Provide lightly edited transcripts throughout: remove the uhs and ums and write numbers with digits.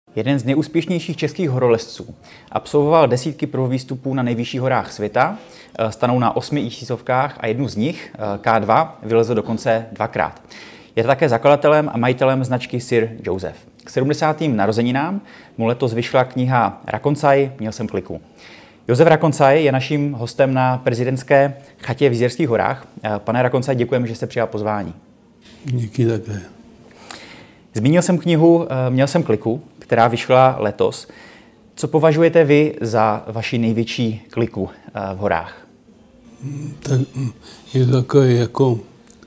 Jeden z nejúspěšnějších českých horolezců. Absolvoval desítky prvovýstupů na nejvyšších horách světa, stanou na 8 tisícovkách a jednu z nich, K2, vylezl dokonce dvakrát. Je také zakladatelem a majitelem značky Sir Joseph. K 70. narozeninám mu letos vyšla kniha Rakoncaj, měl jsem kliku. Josef Rakoncaj je naším hostem na prezidentské chatě v Jizerských horách. Pane Rakoncaj, děkujeme, že jste přijal pozvání. Díky také. Zmínil jsem knihu Měl jsem kliku, která vyšla letos. Co považujete vy za vaši největší kliku v horách? Tak je to takový jako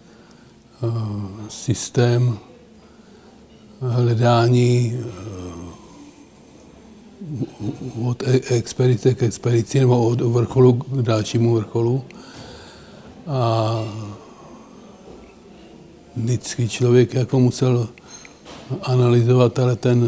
systém hledání od expedice k expedici nebo od vrcholu k dalšímu vrcholu. A vždycky člověk jako musel analyzovat ten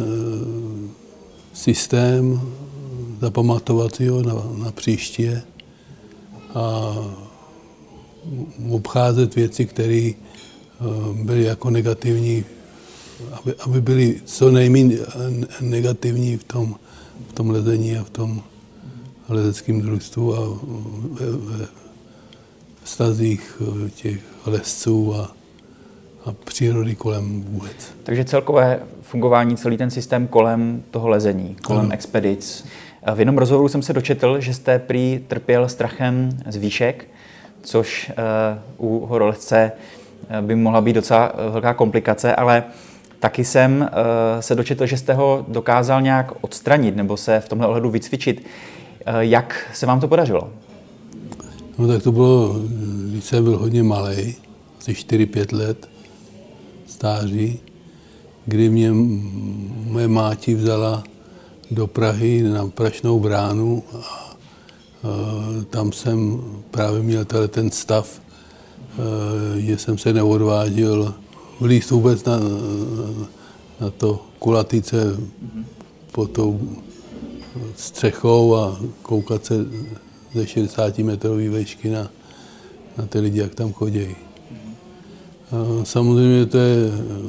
systém, zapamatovat si ho na příště a obcházet věci, které byly jako negativní, aby byly co nejméně negativní v tom lezení a v tom lezeckém družstvu a ve vztazích těch lesců a přírody kolem vůbec. Takže celkové fungování, celý ten systém kolem toho lezení, kolem expedic. V jednom rozhovoru jsem se dočetl, že jste prý trpěl strachem z výšek, což u horolezce by mohla být docela velká komplikace, ale taky jsem se dočetl, že jste ho dokázal nějak odstranit nebo se v tomhle ohledu vycvičit. Jak se vám to podařilo? No tak to bylo, když jsem byl hodně malej, asi 4-5 let stáří, kdy mě moje máti vzala do Prahy na Prašnou bránu a tam jsem právě měl ten stav, že jsem se neodvážil vlízt vůbec na to kulatice pod tou střechou a koukat se ze 60-metrové výšky na ty lidi, jak tam chodí. Samozřejmě to je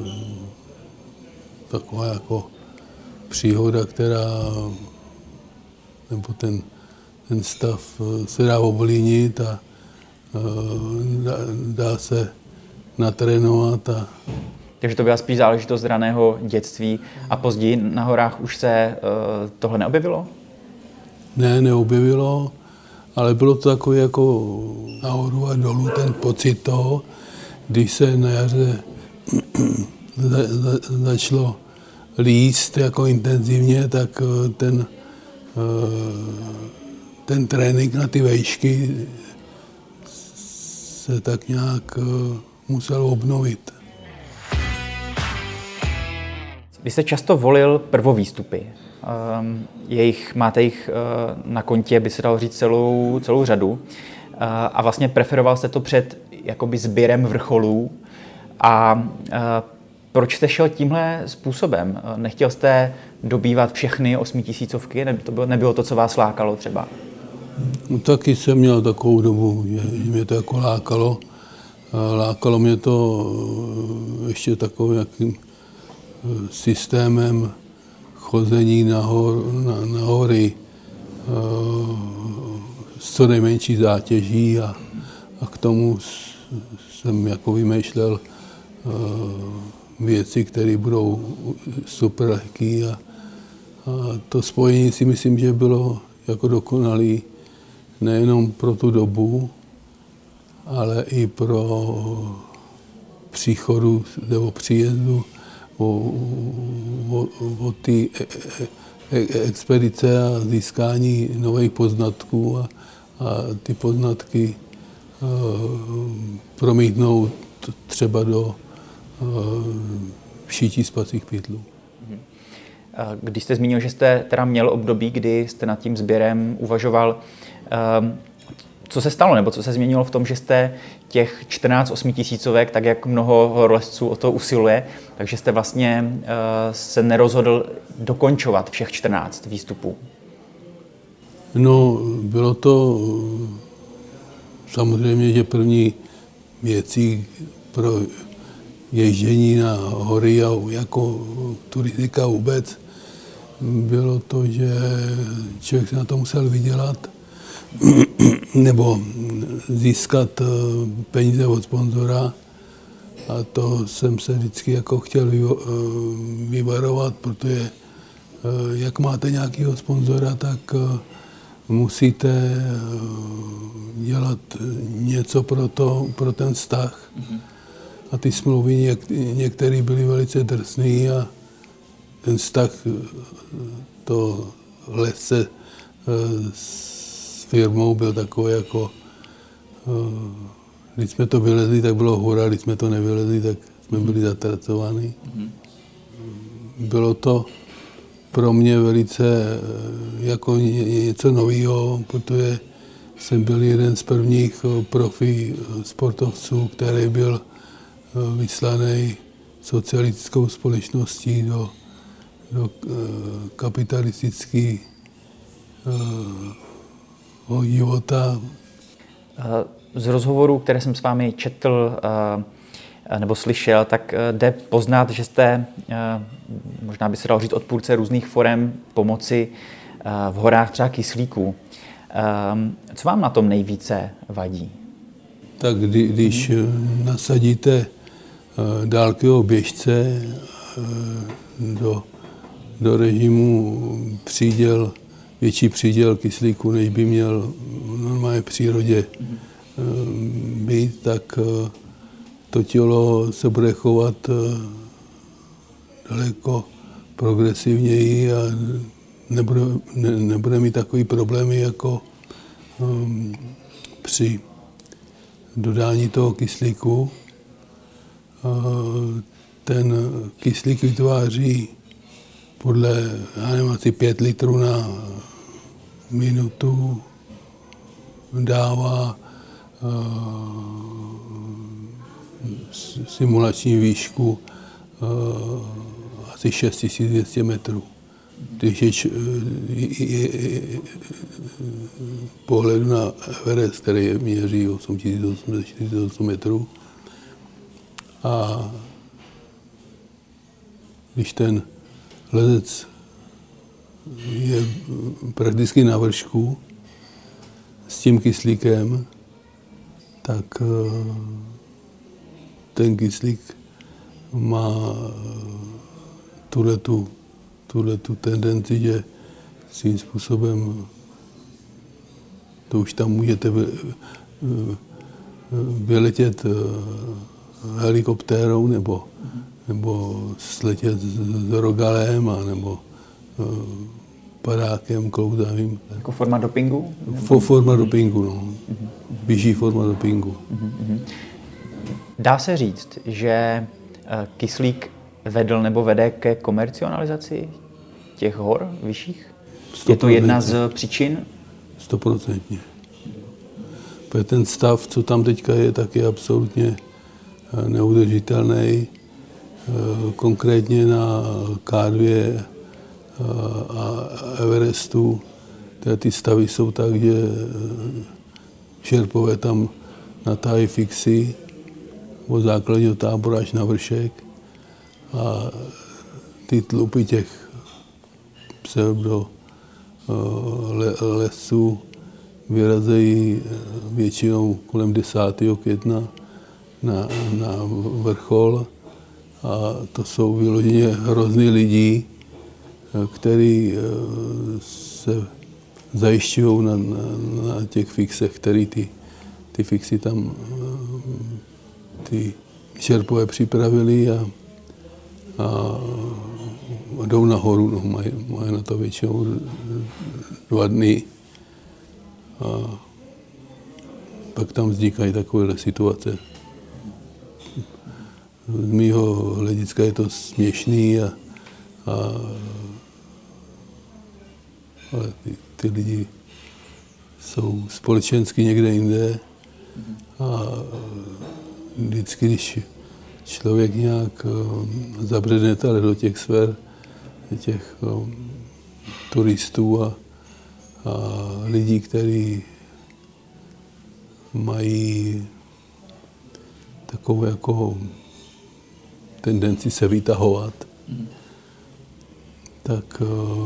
taková jako příhoda, nebo ten stav se dá ovlivnit a dá se natrénovat. Takže to byla spíš záležitost raného dětství a později na horách už se tohle neobjevilo? Ne, neobjevilo, ale bylo to takové jako nahoru a dolů ten pocit toho, když se na jaře začalo líst jako intenzivně, tak ten trénink na ty vejšky se tak nějak musel obnovit. Vy jste často volil prvovýstupy. Máte jich na kontě, by se dalo říct, celou řadu. A vlastně preferoval jste to před jakoby sběrem vrcholů. A proč jste šel tímhle způsobem? Nechtěl jste dobývat všechny 8 tisícovky? Nebylo to, co vás lákalo třeba? No, taky jsem měl takovou dobu, že mě to jako lákalo. Lákalo mě to ještě takovým nějakým systémem chození na hory s co nejmenší zátěží a k tomu jsem jako vymýšlel věci, které budou super lehké a to spojení si myslím, že bylo jako dokonalý nejenom pro tu dobu, ale i pro příchodu nebo příjezdu o ty expedice a získání nových poznatků a ty poznatky promítnout třeba do šití spacích pytlů. Když jste zmínil, že jste teda měl období, kdy jste nad tím sběrem uvažoval, co se stalo, nebo co se změnilo v tom, že jste těch 14 8 tisícovek, tak jak mnoho horolezců o to usiluje, takže jste vlastně se nerozhodl dokončovat všech 14 výstupů? No, bylo to samozřejmě, že první věcí pro ježdění na hory a jako turistika vůbec bylo to, že člověk se na to musel vydělat nebo získat peníze od sponzora. A to jsem se vždycky jako chtěl vyvarovat, protože jak máte nějakého sponzora, tak musíte dělat něco pro ten vztah. A ty smlouvy některé byly velice drsné a ten vztah to lehce s firmou byl takový jako když jsme to vylezli, tak bylo hurá, když jsme to nevylezli, tak jsme byli zatracováni. Bylo to pro mě velice jako něco nového, protože jsem byl jeden z prvních profi sportovců, který byl vyslaný socialistickou společností do kapitalistického života. Z rozhovorů, které jsem s vámi četl nebo slyšel, tak jde poznat, že jste, možná by se dalo říct, odpůrce různých forem pomoci v horách třeba kyslíku. Co vám na tom nejvíce vadí? Tak když nasadíte dálkového běžce do režimu větší příděl kyslíku, než by měl normálně v přírodě být, tak to tělo se bude chovat daleko progresivněji a nebude mít takový problémy jako při dodání toho kyslíku. Ten kyslík vytváří podle, já nevím, asi 5 litrů na minutu, dává simulační výšku asi 6200 metrů. Když je pohled na Everest, který měří 8848 metrů, a když ten lezec je prakticky na vršku s tím kyslíkem, tak ten kyslík má tuhletu tendenci, že svým způsobem to už tam můžete vyletět helikoptérou nebo sletět s rogalem nebo padákem klouzavým. Jako forma dopingu? Forma dopingu, no. Vyšší forma dopingu. Dá se říct, že kyslík vedl nebo vede ke komercionalizaci těch hor vyšších? 100%. Je to jedna z příčin? 100%. Protože ten stav, co tam teďka je, tak je absolutně neudržitelný. Konkrétně na K2 a Everestu ty stavy jsou tak, že šerpové tam natáhají fixy od základního tábora až na vršek a ty tlupy těch pseudo lesů vyrazejí většinou kolem 10. května na vrchol a to jsou vyloženě hrozný lidi, kteří se zajišťují na těch fixech, který ty fixy tam ty šerpové připravili a jdou nahoru, no, mají na to většinou 2 dny. A pak tam vznikají takovéhle situace. Z mýho hlediska je to směšný, ale ty lidi jsou společensky někde jinde a vždycky, když člověk nějak zabředne tady do těch sfér, těch turistů a lidí, kteří mají takovou jako tendenci se vytahovat, tak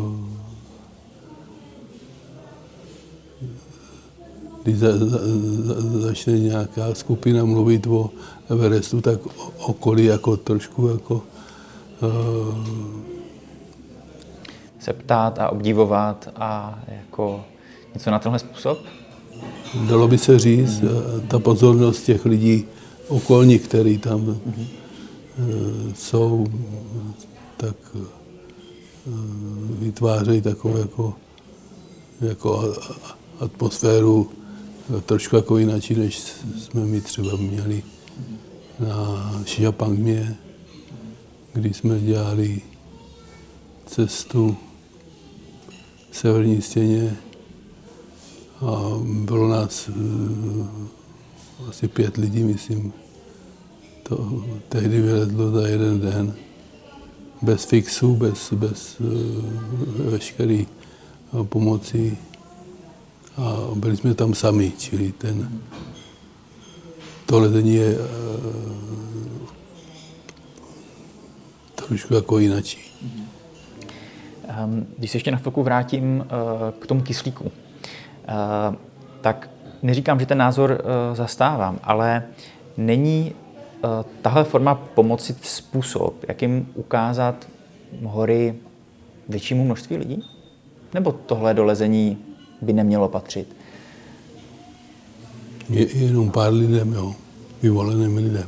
když začne nějaká skupina mluvit o Everestu, tak okolí jako trošku jako se ptát a obdivovat a jako něco na tenhle způsob? Dalo by se říct, ta pozornost těch lidí okolních, který tam jsou, tak vytvářejí takovou jako atmosféru trošku jako jináčí, než jsme my třeba měli na Šijapangmě, kdy jsme dělali cestu v severní stěně a bylo nás asi 5 lidí, myslím. To tehdy vylezlo za jeden den, bez fixu, bez veškeré pomoci. A byli jsme tam sami, čili to lezení je trošku jako jinačí. Když se ještě na chvilku vrátím k tomu kyslíku, tak neříkám, že ten názor zastávám, ale není tahle forma pomoci způsob, jakým ukázat hory většímu množství lidí? Nebo tohle do lezení by nemělo patřit? Jenom pár lidem, jo. Vyvoleným lidem.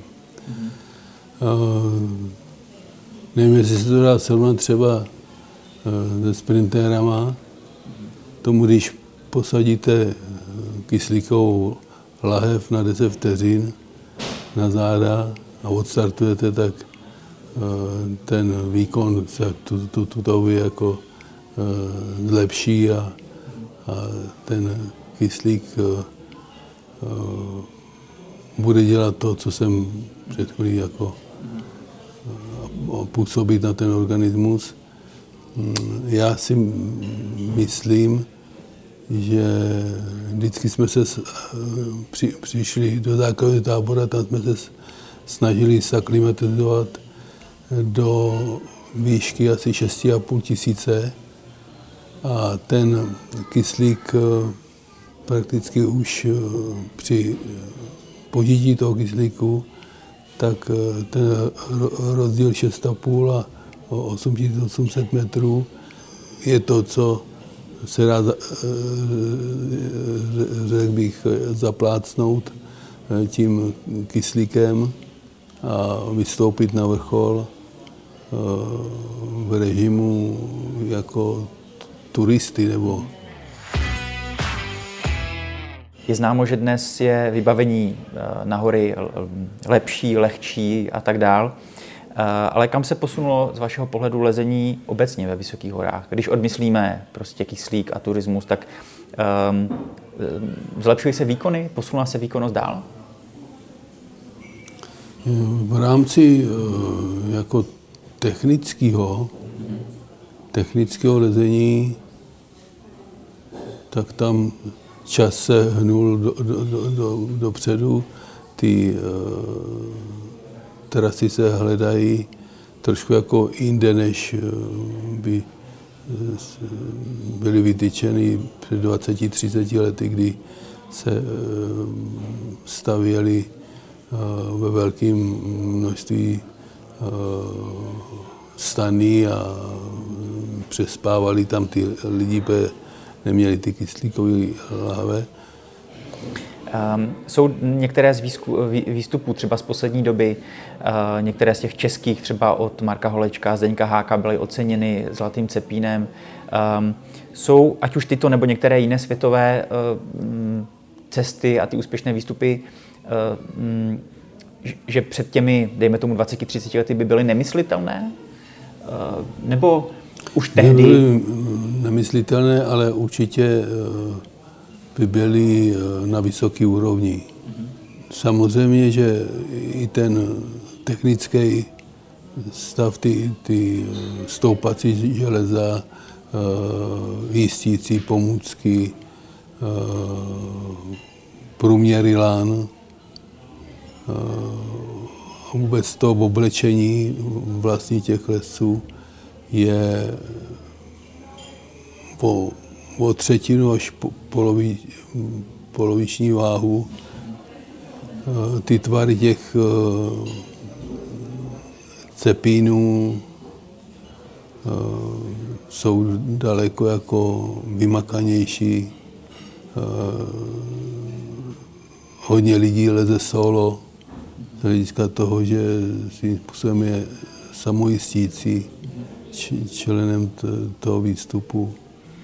Nevím, jestli se to dá srovnat třeba se sprintérama. Tomu, když posadíte kyslíkovou lahev na 10 vteřin na záda a odstartujete, tak ten výkon se tutově jako zlepší a ten kyslík bude dělat to, co jsem před chvílí jako působit na ten organismus. Já si myslím, že vždycky jsme se přišli do základního tábora, tam jsme se snažili zaklimatizovat do výšky asi 6,5 tisíce a ten kyslík prakticky už při požití toho kyslíku, tak ten rozdíl 6,5 a 8800 metrů je to, co se dá, řekl bych, zaplácnout tím kyslíkem a vystoupit na vrchol v režimu jako turisty nebo. Je známo, že dnes je vybavení na hory lepší, lehčí a tak dál. Ale kam se posunulo z vašeho pohledu lezení obecně ve vysokých horách? Když odmyslíme prostě kyslík a turismus, tak zlepšují se výkony? Posunula se výkonnost dál? V rámci jako technického lezení, tak tam čas se hnul dopředu. Ty trasy se hledají trošku jako jinde, než by byly vytyčeny před 20-30 lety, kdy se stavěly ve velkém množství stany a přespávali tam ty lidi, protože neměli ty kyslíkové lahve. Jsou některé z výstupů, třeba z poslední doby, některé z těch českých, třeba od Marka Holečka, Zdeňka Háka, byly oceněny Zlatým cepínem. Jsou, ať už tyto nebo některé jiné světové cesty a ty úspěšné výstupy, že před těmi, dejme tomu 20-30 lety, by byly nemyslitelné? Nebo už tehdy? Byly nemyslitelné, ale určitě by byly na vysoké úrovni. Samozřejmě, že i ten technický stav, ty stoupací železa, jistící pomůcky, průměry lán, vůbec to oblečení vlastní těch lesců je o třetinu až poloviční váhu. Ty tvary těch cepínů jsou daleko jako vymakanější. Hodně lidí leze solo z hlediska toho, že svým způsobem je samojistící členem toho výstupu.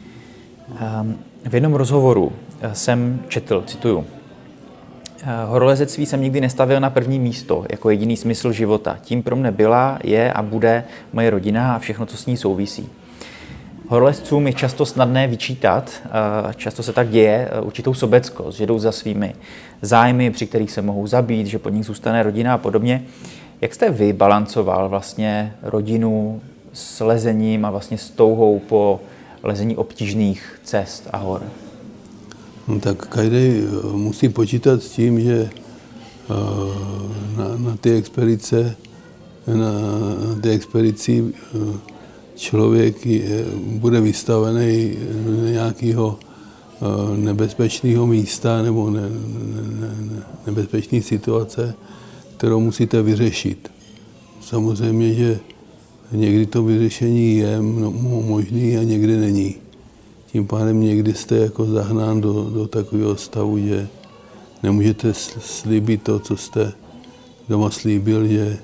V jednom rozhovoru jsem četl, cituju, horolezectví jsem nikdy nestavil na první místo jako jediný smysl života. Tím pro mne byla, je a bude moje rodina a všechno, co s ní souvisí. Horolezcům je často snadné vyčítat, často se tak děje, určitou sobeckost, že jdou za svými zájmy, při kterých se mohou zabít, že pod nich zůstane rodina a podobně. Jak jste vy balancoval vlastně rodinu s lezením a vlastně s touhou po lezení obtížných cest a hor? No tak každý musí počítat s tím, že na ty expedici člověk bude vystavený do nějakého nebezpečného místa nebo nebezpečné situace, kterou musíte vyřešit. Samozřejmě, že někdy to vyřešení je možný a někdy není. Tím pádem někdy jste jako zahnán do takového stavu, že nemůžete slíbit to, co jste doma slíbil, že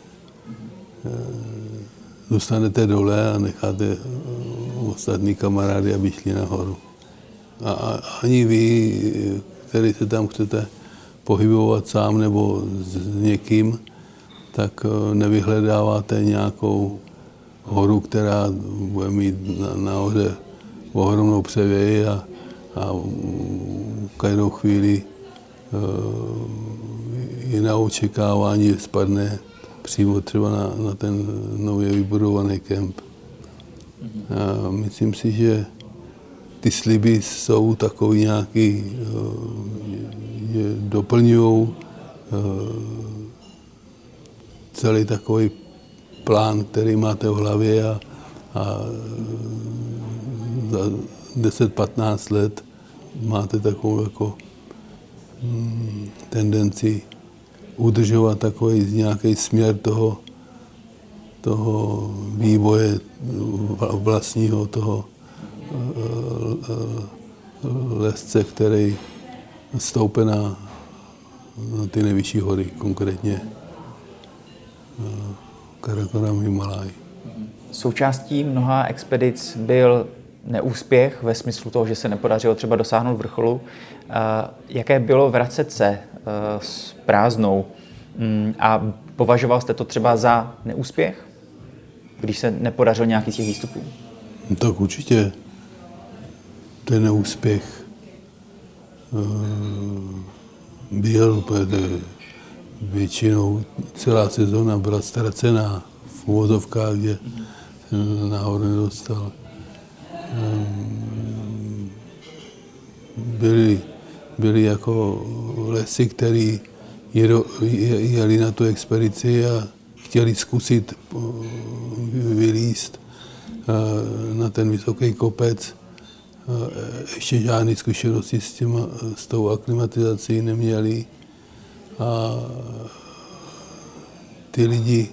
zůstanete dole a necháte ostatní kamarády, aby šli nahoru. A ani vy, který se tam chcete pohybovat sám nebo s někým, tak nevyhledáváte nějakou horu, která bude mít nahoře ohromnou převěji a každou chvíli je na očekávání, že spadne přímo třeba na ten nově vybudovaný kemp. A myslím si, že ty sliby jsou takový nějaký, že doplňují celý takový plán, který máte v hlavě a za 10-15 let máte takovou jako tendenci udržovat takový nějaký směr toho vývoje vlastního, toho lezce, který stoupe na ty nejvyšší hory, konkrétně Karakoram, Himalaj. Součástí mnoha expedic byl neúspěch ve smyslu toho, že se nepodařilo třeba dosáhnout vrcholu. Jaké bylo vracet se s prázdnou a považoval jste to třeba za neúspěch, když se nepodařil nějaký z těch výstupů? No tak určitě to je neúspěch. Byl, většinou celá sezóna byla ztracená v uvozovkách, kde se nahoru nedostal. Byli jako lesy, který jeli na tu expedici a chtěli zkusit vylízt na ten vysoký kopec. Ještě žádné zkušenosti s tou aklimatizací neměli. A ty lidi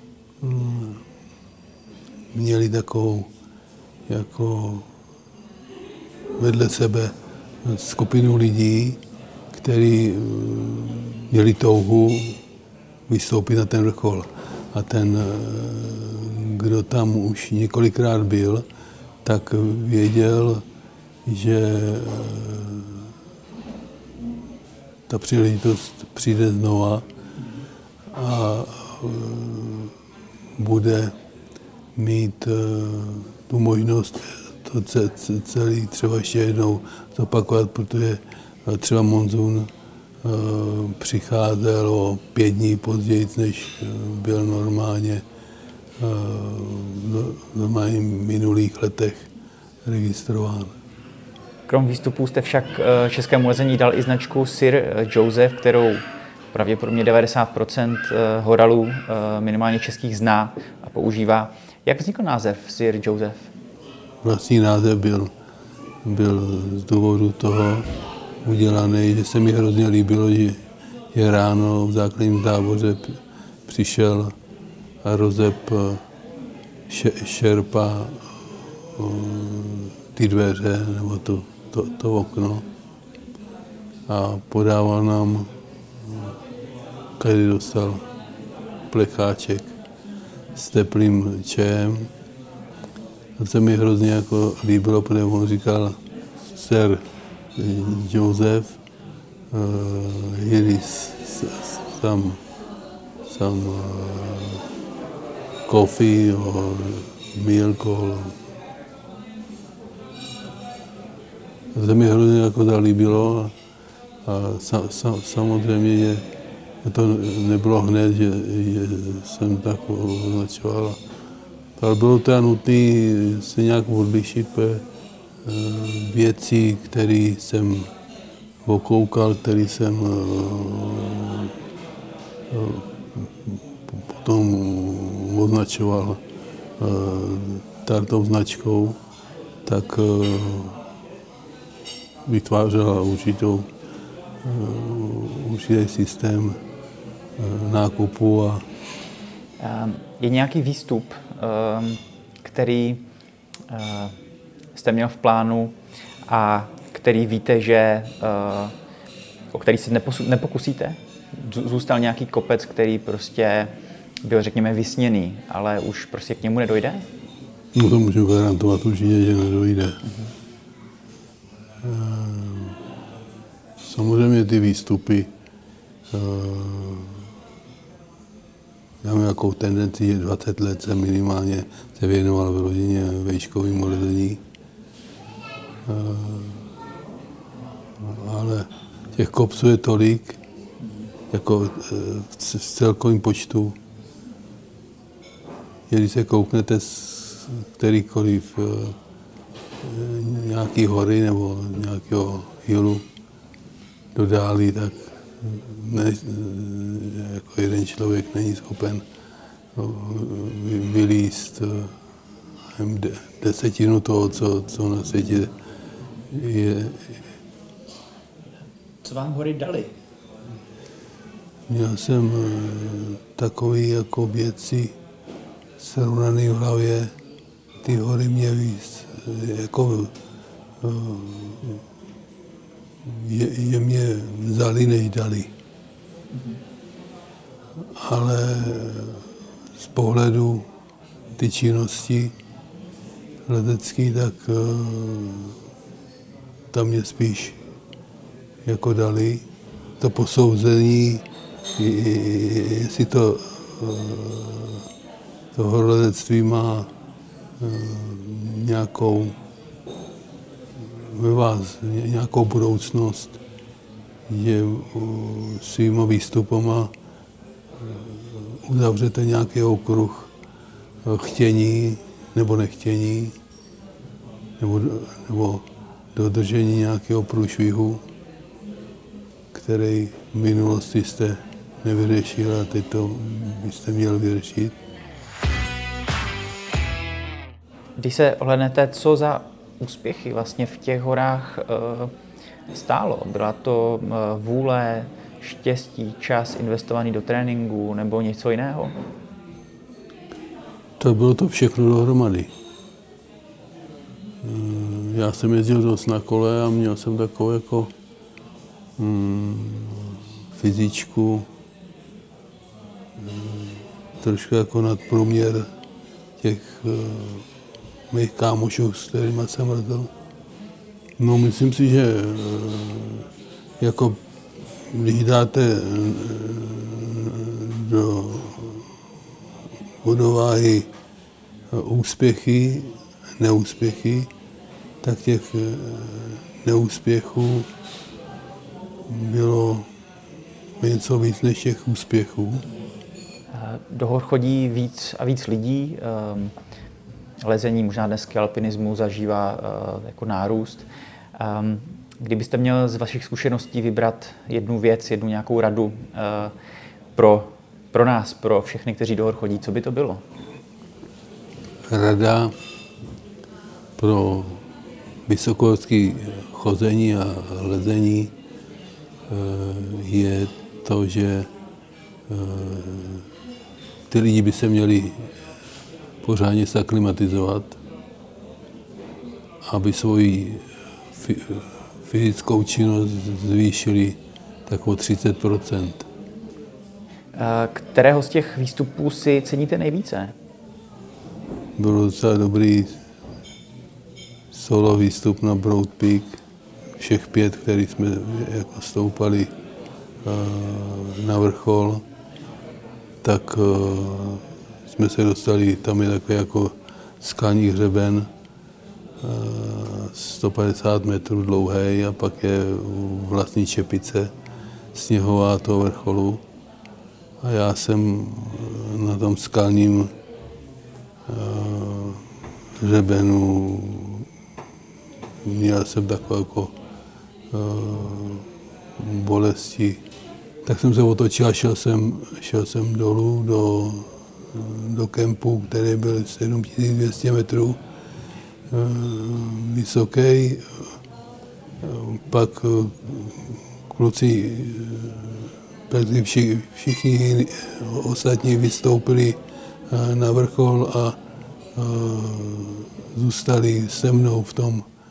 měli takovou jako vedle sebe skupinu lidí, kteří měli touhu vystoupit na ten vrchol. A ten, kdo tam už několikrát byl, tak věděl, že ta příležitost přijde znova a bude mít tu možnost to celý třeba ještě jednou zopakovat, protože třeba monzun přicházel o 5 dní později, než byl normálně v minulých letech registrován. Krom výstupů jste však českému lezení dal i značku Sir Joseph, kterou pravděpodobně 90% horalů minimálně českých zná a používá. Jak vznikl název Sir Joseph? vlastní název byl z důvodu toho udělaný, že se mi hrozně líbilo, že ráno v základním táboře přišel a rozep šerpa ty dveře nebo to okno a podával nám, každý dostal plecháček s teplým čajem. To se mi hrozně jako líbilo, protože on říkal Sir Joseph, here is some coffee or milk. To se mi hrozně jako líbilo a samozřejmě, že to nebylo hned, že jsem tak označoval. Ale bylo to nutné se nějak odlišit věcí, které jsem okoukal, které jsem potom označoval tou značkou, tak vytvářela určitý systém nákupu. Je nějaký výstup, který jste měl v plánu a který víte, že o který se nepokusíte? Zůstal nějaký kopec, který prostě byl, řekněme, vysněný, ale už prostě k němu nedojde? No to můžu garantovat určitě, že nedojde. Samozřejmě ty výstupy, já mám nějakou tendenci, že 20 let jsem minimálně se věnoval v rodině vejškovým lezení. Ale těch kopců je tolik, jako v celkovém počtu. Když se kouknete z kterýkoliv nějaký hory nebo nějakého hilu do dálí, tak jako jeden člověk není schopen vylízt desetinu toho, co na světě je. Co vám hory dali? Měl jsem takový jako věci srovnaný v hlavě. Ty hory mě víc jako je mě vzali, než dali. Ale z pohledu ty činnosti letecký, tak tam mě spíš jako dali. To posouzení, jestli to horolezectví má ve vás nějakou budoucnost, že svýma výstupama uzavřete nějaký okruh chtění nebo nechtění, nebo dodržení nějakého průšvihu, který v minulosti jste nevyřešil a teď to byste měl vyřešit. Když se ohlédnete, co za úspěchy vlastně v těch horách stálo? Byla to vůle, štěstí, čas investovaný do tréninku nebo něco jiného? To bylo to všechno dohromady. Já jsem jezdil dost na kole a měl jsem takovou jako fyzičku, trošku jako nadprůměr těch mých kámošů, s kterými jsem letěl. No, myslím si, že jako když dáte do vodováhy úspěchy, neúspěchy, tak těch neúspěchů bylo něco víc než těch úspěchů. Do hor chodí víc a víc lidí. Lezení, možná dneska alpinismu, zažívá jako nárůst. Kdybyste měl z vašich zkušeností vybrat jednu věc, jednu nějakou radu pro nás, pro všechny, kteří do hor chodí, co by to bylo? Rada pro vysokohorské chození a lezení je to, že ty lidi by se měli pořádně zaklimatizovat, aby svoji fyzickou činnost zvýšili tak o 30%. Kterého z těch výstupů si ceníte nejvíce? Byl docela dobrý solo výstup na Broad Peak, všech 5, který jsme jako stoupali na vrchol, tak jsme se dostali, tam je takový jako skalní hřeben, 150 metrů dlouhý a pak je vlastní čepice sněhová toho vrcholu. A já jsem na tom skalním hřebenu měl jsem takové jako bolesti. Tak jsem se otočil a šel jsem dolů do kempu, který byl 7200 metrů vysoký. Pak kluci, všichni ostatní vystoupili na vrchol a zůstali se mnou v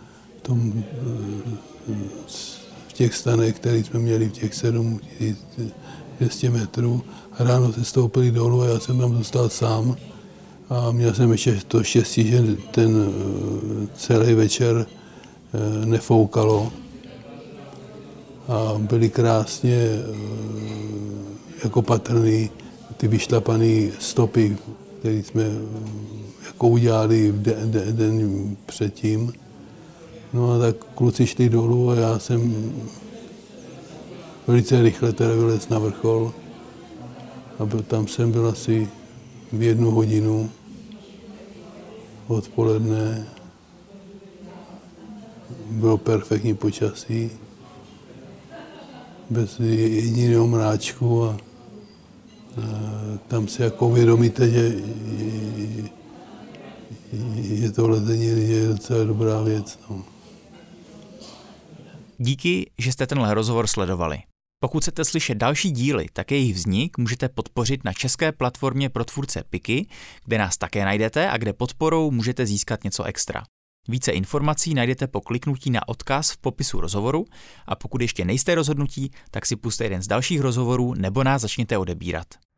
těch stanech, které jsme měli v těch 7200 metrů. Ráno se stoupili dolů a já jsem tam zůstal sám. A měl jsem ještě to štěstí, že ten celý večer nefoukalo. A byly krásně jako patrný ty vyšlapané stopy, které jsme jako udělali den předtím. No a tak kluci šli dolů a já jsem velice rychle teda vylez na vrchol. A tam jsem byl asi v 1 hodinu odpoledne. Bylo perfektní počasí, bez jediného mráčku a tam si jako uvědomíte, že je to lezení je docela dobrá věc. No. Díky, že jste tenhle rozhovor sledovali. Pokud chcete slyšet další díly, tak jejich vznik můžete podpořit na české platformě pro tvůrce PIKy, kde nás také najdete a kde podporou můžete získat něco extra. Více informací najdete po kliknutí na odkaz v popisu rozhovoru a pokud ještě nejste rozhodnutí, tak si pusťte jeden z dalších rozhovorů nebo nás začněte odebírat.